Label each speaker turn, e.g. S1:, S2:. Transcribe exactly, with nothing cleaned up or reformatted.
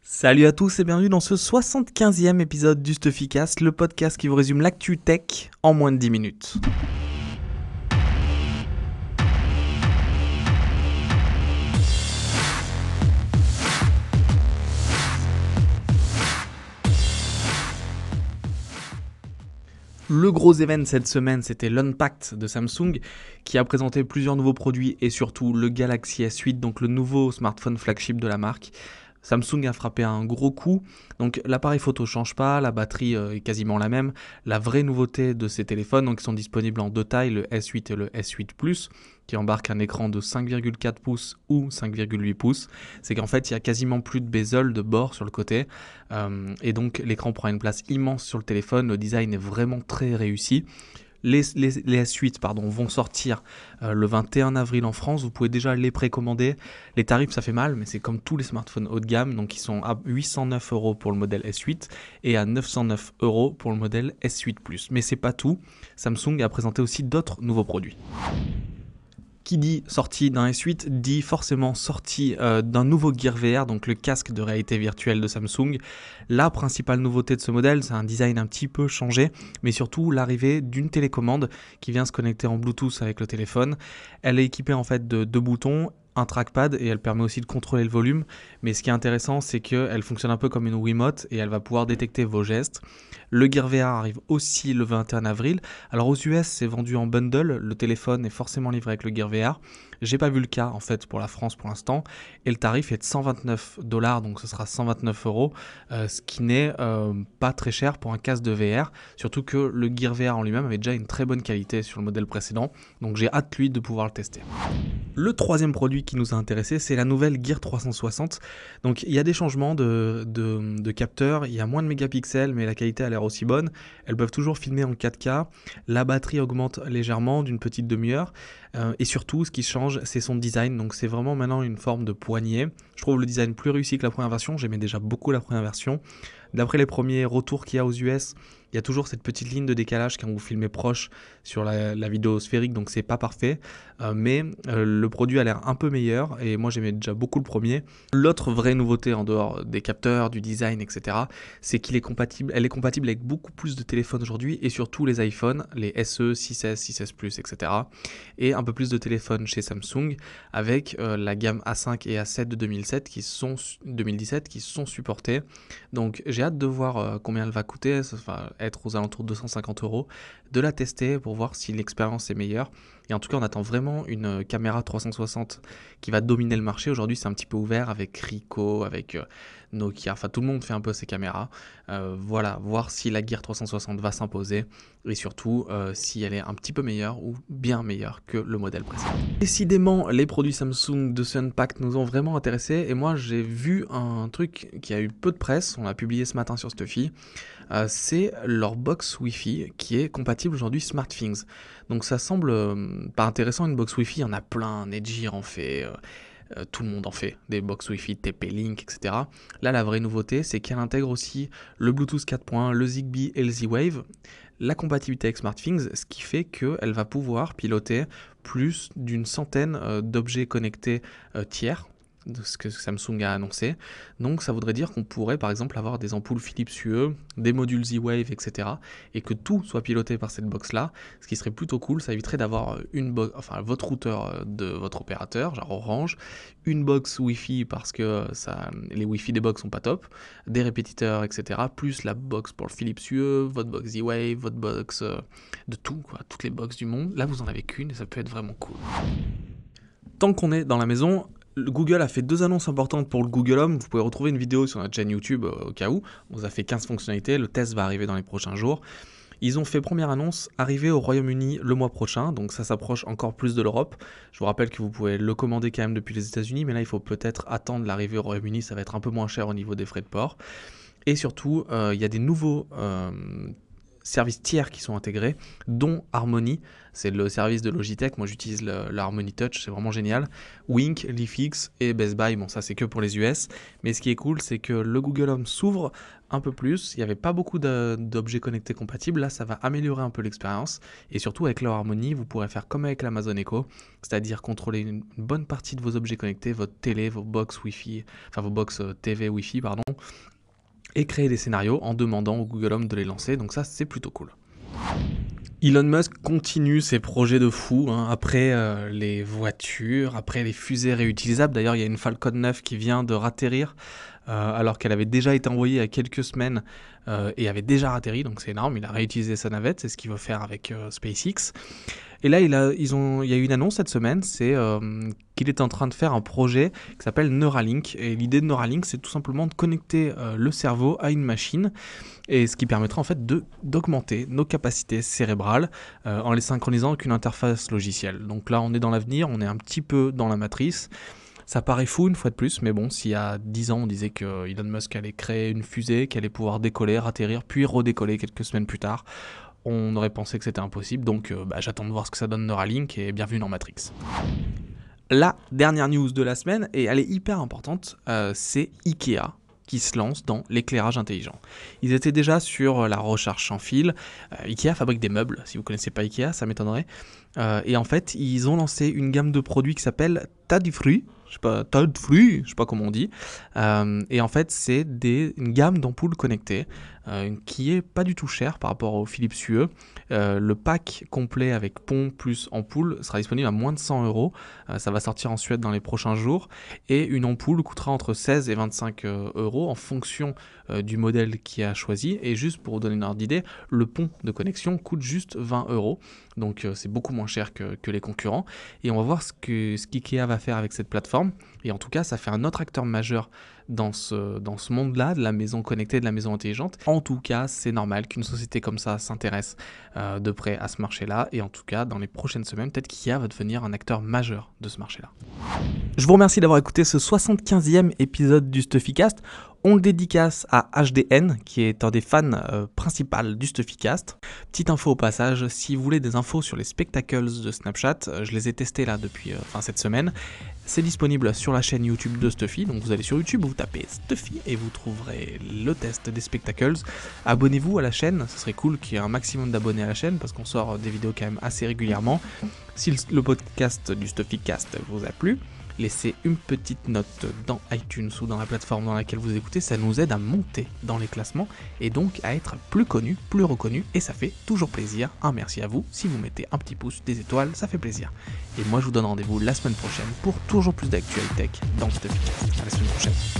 S1: Salut à tous et bienvenue dans ce soixante-quinzième épisode du Stuffycast, le podcast qui vous résume l'actu tech en moins de dix minutes. Le gros event cette semaine, c'était l'Unpacked de Samsung qui a présenté plusieurs nouveaux produits et surtout le Galaxy S huit, donc le nouveau smartphone flagship de la marque. Samsung a frappé un gros coup, donc l'appareil photo ne change pas, la batterie euh, est quasiment la même. La vraie nouveauté de ces téléphones, donc ils sont disponibles en deux tailles, le S huit et le S huit Plus, qui embarquent un écran de cinq virgule quatre pouces ou cinq virgule huit pouces, c'est qu'en fait il y a quasiment plus de bezel de bord sur le côté, euh, et donc l'écran prend une place immense sur le téléphone, le design est vraiment très réussi. Les, les, les S huit pardon, vont sortir euh, le vingt et un avril en France. Vous pouvez déjà les précommander. Les tarifs, ça fait mal, mais c'est comme tous les smartphones haut de gamme. Donc, ils sont à huit cent neuf euros pour le modèle S huit et à neuf cent neuf euros pour le modèle S huit Plus. Mais c'est pas tout. Samsung a présenté aussi d'autres nouveaux produits. Qui dit sortie d'un S huit dit forcément sortie euh, d'un nouveau Gear V R, donc le casque de réalité virtuelle de Samsung. La principale nouveauté de ce modèle, c'est un design un petit peu changé, mais surtout l'arrivée d'une télécommande qui vient se connecter en Bluetooth avec le téléphone. Elle est équipée en fait de deux boutons, un trackpad et elle permet aussi de contrôler le volume. Mais ce qui est intéressant, c'est qu'elle fonctionne un peu comme une Wiimote et elle va pouvoir détecter vos gestes. Le Gear V R arrive aussi le vingt et un avril. Alors aux U S, c'est vendu en bundle. Le téléphone est forcément livré avec le Gear V R. J'ai pas vu le cas en fait pour la France pour l'instant. Et le tarif est de cent vingt-neuf dollars, donc ce sera cent vingt-neuf euros, euh, ce qui n'est euh, pas très cher pour un casque de V R. Surtout que le Gear V R en lui-même avait déjà une très bonne qualité sur le modèle précédent. Donc j'ai hâte lui de pouvoir le tester. Le troisième produit qui nous a intéressé, c'est la nouvelle Gear trois cent soixante. Donc il y a des changements de, de, de capteurs, il y a moins de mégapixels, mais la qualité a l'air aussi bonne. Elles peuvent toujours filmer en quatre K. La batterie augmente légèrement d'une petite demi-heure. Euh, et surtout, ce qui change, c'est son design. Donc c'est vraiment maintenant une forme de poignée. Je trouve le design plus réussi que la première version. J'aimais déjà beaucoup la première version. D'après les premiers retours qu'il y a aux U S, il y a toujours cette petite ligne de décalage quand vous filmez proche sur la, la vidéo sphérique, donc c'est pas parfait, euh, mais euh, le produit a l'air un peu meilleur et moi j'aimais déjà beaucoup le premier. L'autre vraie nouveauté en dehors des capteurs, du design, et cetera, c'est qu'il est compatible, elle est compatible avec beaucoup plus de téléphones aujourd'hui et surtout les iPhones, les S E, six S, six S Plus, et cetera. Et un peu plus de téléphones chez Samsung avec euh, la gamme A cinq et A sept de deux mille sept qui sont, deux mille dix-sept qui sont supportés. Donc j'ai hâte de voir euh, combien elle va coûter, ça va être aux alentours de deux cent cinquante euros, de la tester pour voir si l'expérience est meilleure. Et en tout cas, on attend vraiment une caméra trois cent soixante qui va dominer le marché. Aujourd'hui, c'est un petit peu ouvert avec Ricoh, avec euh, Nokia, enfin tout le monde fait un peu ses caméras. Euh, voilà, voir si la Gear trois cent soixante va s'imposer et surtout euh, si elle est un petit peu meilleure ou bien meilleure que le modèle précédent. Décidément, les produits Samsung de ce Unpacked nous ont vraiment intéressés et moi j'ai vu un truc qui a eu peu de presse, on l'a publié ce matin sur Stuffy. Euh, c'est leur box Wi-Fi qui est compatible aujourd'hui SmartThings. Donc ça semble euh, pas intéressant, une box Wi-Fi, il y en a plein, Netgear en fait, euh, euh, tout le monde en fait, des box Wi-Fi, T P-Link, et cetera. Là, la vraie nouveauté, c'est qu'elle intègre aussi le Bluetooth quatre point un, le Zigbee et le Z-Wave, la compatibilité avec SmartThings, ce qui fait qu'elle va pouvoir piloter plus d'une centaine euh, d'objets connectés euh, tiers, de ce que Samsung a annoncé. Donc ça voudrait dire qu'on pourrait par exemple avoir des ampoules Philips Hue, des modules Z-Wave, et cetera. Et que tout soit piloté par cette box-là, ce qui serait plutôt cool. Ça éviterait d'avoir une box, enfin votre routeur de votre opérateur, genre Orange, une box Wi-Fi parce que ça, les Wi-Fi des box sont pas top, des répétiteurs, et cetera. Plus la box pour le Philips Hue, votre box Z-Wave, votre box euh, de tout, quoi, toutes les box du monde. Là vous en avez qu'une et ça peut être vraiment cool. Tant qu'on est dans la maison, Google a fait deux annonces importantes pour le Google Home. Vous pouvez retrouver une vidéo sur notre chaîne YouTube euh, au cas où. On vous a fait quinze fonctionnalités, le test va arriver dans les prochains jours. Ils ont fait première annonce, arriver au Royaume-Uni le mois prochain, donc ça s'approche encore plus de l'Europe. Je vous rappelle que vous pouvez le commander quand même depuis les États-Unis, mais là il faut peut-être attendre l'arrivée au Royaume-Uni, ça va être un peu moins cher au niveau des frais de port. Et surtout, euh, il y a des nouveaux... Euh, services tiers qui sont intégrés, dont Harmony, c'est le service de Logitech, moi j'utilise le, le Harmony Touch, c'est vraiment génial. Wink, Leafix et Best Buy, bon ça c'est que pour les U S, mais ce qui est cool c'est que le Google Home s'ouvre un peu plus, il n'y avait pas beaucoup de, d'objets connectés compatibles, là ça va améliorer un peu l'expérience, et surtout avec leur Harmony, vous pourrez faire comme avec l'Amazon Echo, c'est-à-dire contrôler une bonne partie de vos objets connectés, votre télé, vos box Wi-Fi, enfin vos box T V Wi-Fi, pardon, et créer des scénarios en demandant au Google Home de les lancer, donc ça c'est plutôt cool. Elon Musk continue ses projets de fou, hein, après euh, les voitures, après les fusées réutilisables. D'ailleurs, il y a une Falcon neuf qui vient de ratterrir, euh, alors qu'elle avait déjà été envoyée il y a quelques semaines euh, et avait déjà atterri, donc c'est énorme. Il a réutilisé sa navette, c'est ce qu'il veut faire avec euh, SpaceX. Et là, il, a, ils ont, il y a eu une annonce cette semaine, c'est euh, qu'il est en train de faire un projet qui s'appelle Neuralink. Et l'idée de Neuralink, c'est tout simplement de connecter euh, le cerveau à une machine, et ce qui permettra en fait de, d'augmenter nos capacités cérébrales euh, en les synchronisant avec une interface logicielle. Donc là, on est dans l'avenir, on est un petit peu dans la matrice. Ça paraît fou une fois de plus, mais bon, s'il y a dix ans, on disait que Elon Musk allait créer une fusée, qu'elle allait pouvoir décoller, atterrir, puis redécoller quelques semaines plus tard, on aurait pensé que c'était impossible, donc euh, bah, j'attends de voir ce que ça donne Neuralink, et bienvenue dans Matrix. La dernière news de la semaine, et elle est hyper importante, euh, c'est Ikea qui se lance dans l'éclairage intelligent. Ils étaient déjà sur la recharge sans fil. Euh, Ikea fabrique des meubles, si vous ne connaissez pas Ikea, ça m'étonnerait. Euh, et en fait, ils ont lancé une gamme de produits qui s'appelle Tadfree, je sais pas, Tadfree, je sais pas comment on dit. Euh, et en fait, c'est des, une gamme d'ampoules connectées euh, qui est pas du tout chère par rapport au Philips Hue. Euh, le pack complet avec pont plus ampoule sera disponible à moins de cent euros. Euh, ça va sortir en Suède dans les prochains jours. Et une ampoule coûtera entre seize et vingt-cinq euros en fonction euh, du modèle qui a choisi. Et juste pour vous donner une ordre d'idée, le pont de connexion coûte juste vingt euros. Donc euh, c'est beaucoup moins cher que, que les concurrents. Et on va voir ce que ce qu'IKEA va faire avec cette plateforme. Et en tout cas, ça fait un autre acteur majeur dans ce, dans ce monde-là, de la maison connectée, de la maison intelligente. En tout cas, c'est normal qu'une société comme ça s'intéresse euh, de près à ce marché-là. Et en tout cas, dans les prochaines semaines, peut-être qu'IKEA va devenir un acteur majeur de ce marché-là. Je vous remercie d'avoir écouté ce soixante-quinzième épisode du Stuffycast. On le dédicace à H D N, qui est un des fans euh, principaux du Stuffycast. Petite info au passage, si vous voulez des infos sur les spectacles de Snapchat, euh, je les ai testés là depuis euh, fin cette semaine. C'est disponible sur la chaîne YouTube de Stuffy, donc vous allez sur YouTube, vous tapez Stuffy et vous trouverez le test des spectacles. Abonnez-vous à la chaîne, ce serait cool qu'il y ait un maximum d'abonnés à la chaîne parce qu'on sort des vidéos quand même assez régulièrement. Si le podcast du Stuffycast vous a plu, laissez une petite note dans iTunes ou dans la plateforme dans laquelle vous écoutez, ça nous aide à monter dans les classements et donc à être plus connu, plus reconnu, et ça fait toujours plaisir. Un merci à vous, si vous mettez un petit pouce, des étoiles, ça fait plaisir. Et moi je vous donne rendez-vous la semaine prochaine pour toujours plus d'actualité tech dans le Stuffycast. À la semaine prochaine.